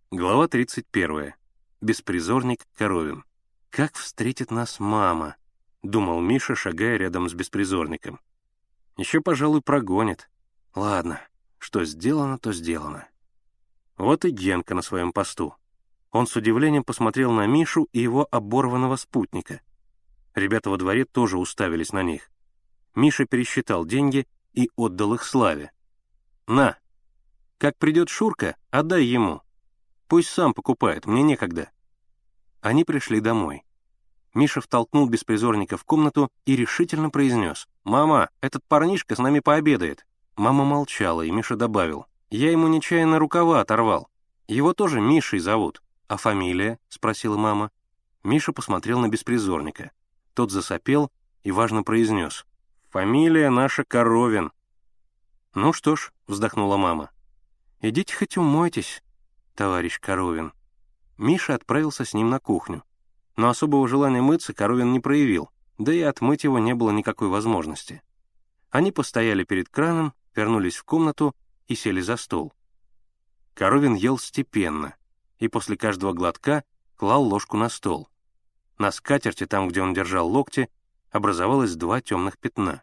Глава 31. Беспризорник Коровин. «Как встретит нас мама?» — думал Миша, шагая рядом с беспризорником. «Еще, пожалуй, прогонит. Ладно, что сделано, то сделано». Вот и Генка на своем посту. Он с удивлением посмотрел на Мишу и его оборванного спутника. Ребята во дворе тоже уставились на них. Миша пересчитал деньги и отдал их Славе. «На! Как придет Шурка, отдай ему. Пусть сам покупает, мне некогда». Они пришли домой. Миша втолкнул беспризорника в комнату и решительно произнес: «Мама, этот парнишка с нами пообедает». Мама молчала, и Миша добавил: «Я ему нечаянно рукава оторвал. Его тоже Мишей зовут». «А фамилия?» — спросила мама. Миша посмотрел на беспризорника. Тот засопел и важно произнес: «Фамилия наша Коровин». «Ну что ж», — вздохнула мама, — «идите хоть умойтесь, товарищ Коровин». Миша отправился с ним на кухню. Но особого желания мыться Коровин не проявил, да и отмыть его не было никакой возможности. Они постояли перед краном, вернулись в комнату и сели за стол. Коровин ел степенно и после каждого глотка клал ложку на стол. На скатерти, там, где он держал локти, образовалось 2 темных пятна.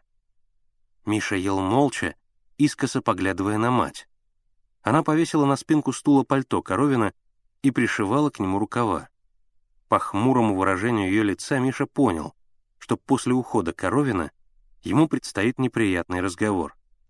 Миша ел молча, искоса поглядывая на мать. Она повесила на спинку стула пальто Коровина и пришивала к нему рукава. По хмурому выражению ее лица Миша понял, что после ухода Коровина ему предстоит неприятный разговор.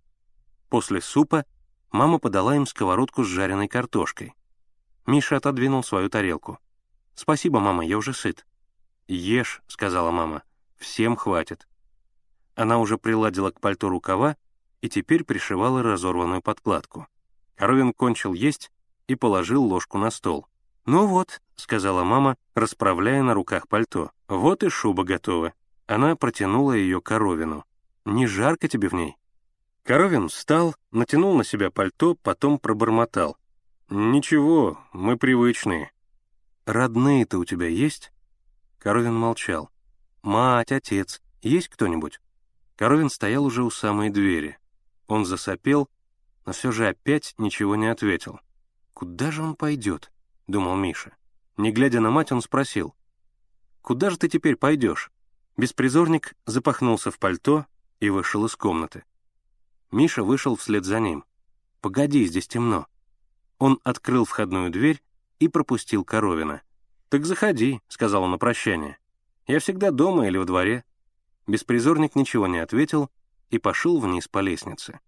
После супа мама подала им сковородку с жареной картошкой. Миша отодвинул свою тарелку. «Спасибо, мама, я уже сыт». «Ешь», — сказала мама, — «всем хватит». Она уже приладила к пальто рукава и теперь пришивала разорванную подкладку. Коровин кончил есть и положил ложку на стол. «Ну вот», — сказала мама, расправляя на руках пальто, — «вот и шуба готова». Она протянула ее Коровину. «Не жарко тебе в ней?» Коровин встал, натянул на себя пальто, потом пробормотал: «Ничего, мы привычные». «Родные-то у тебя есть?» Коровин молчал. «Мать, отец, есть кто-нибудь?» Коровин стоял уже у самой двери. Он засопел, но все же опять ничего не ответил. «Куда же он пойдет?» — думал Миша. Не глядя на мать, он спросил: «Куда же ты теперь пойдешь?» Беспризорник запахнулся в пальто и вышел из комнаты. Миша вышел вслед за ним. «Погоди, здесь темно». Он открыл входную дверь и пропустил Коровина. «Так заходи», — сказал он на прощание. «Я всегда дома или во дворе». Беспризорник ничего не ответил и пошел вниз по лестнице.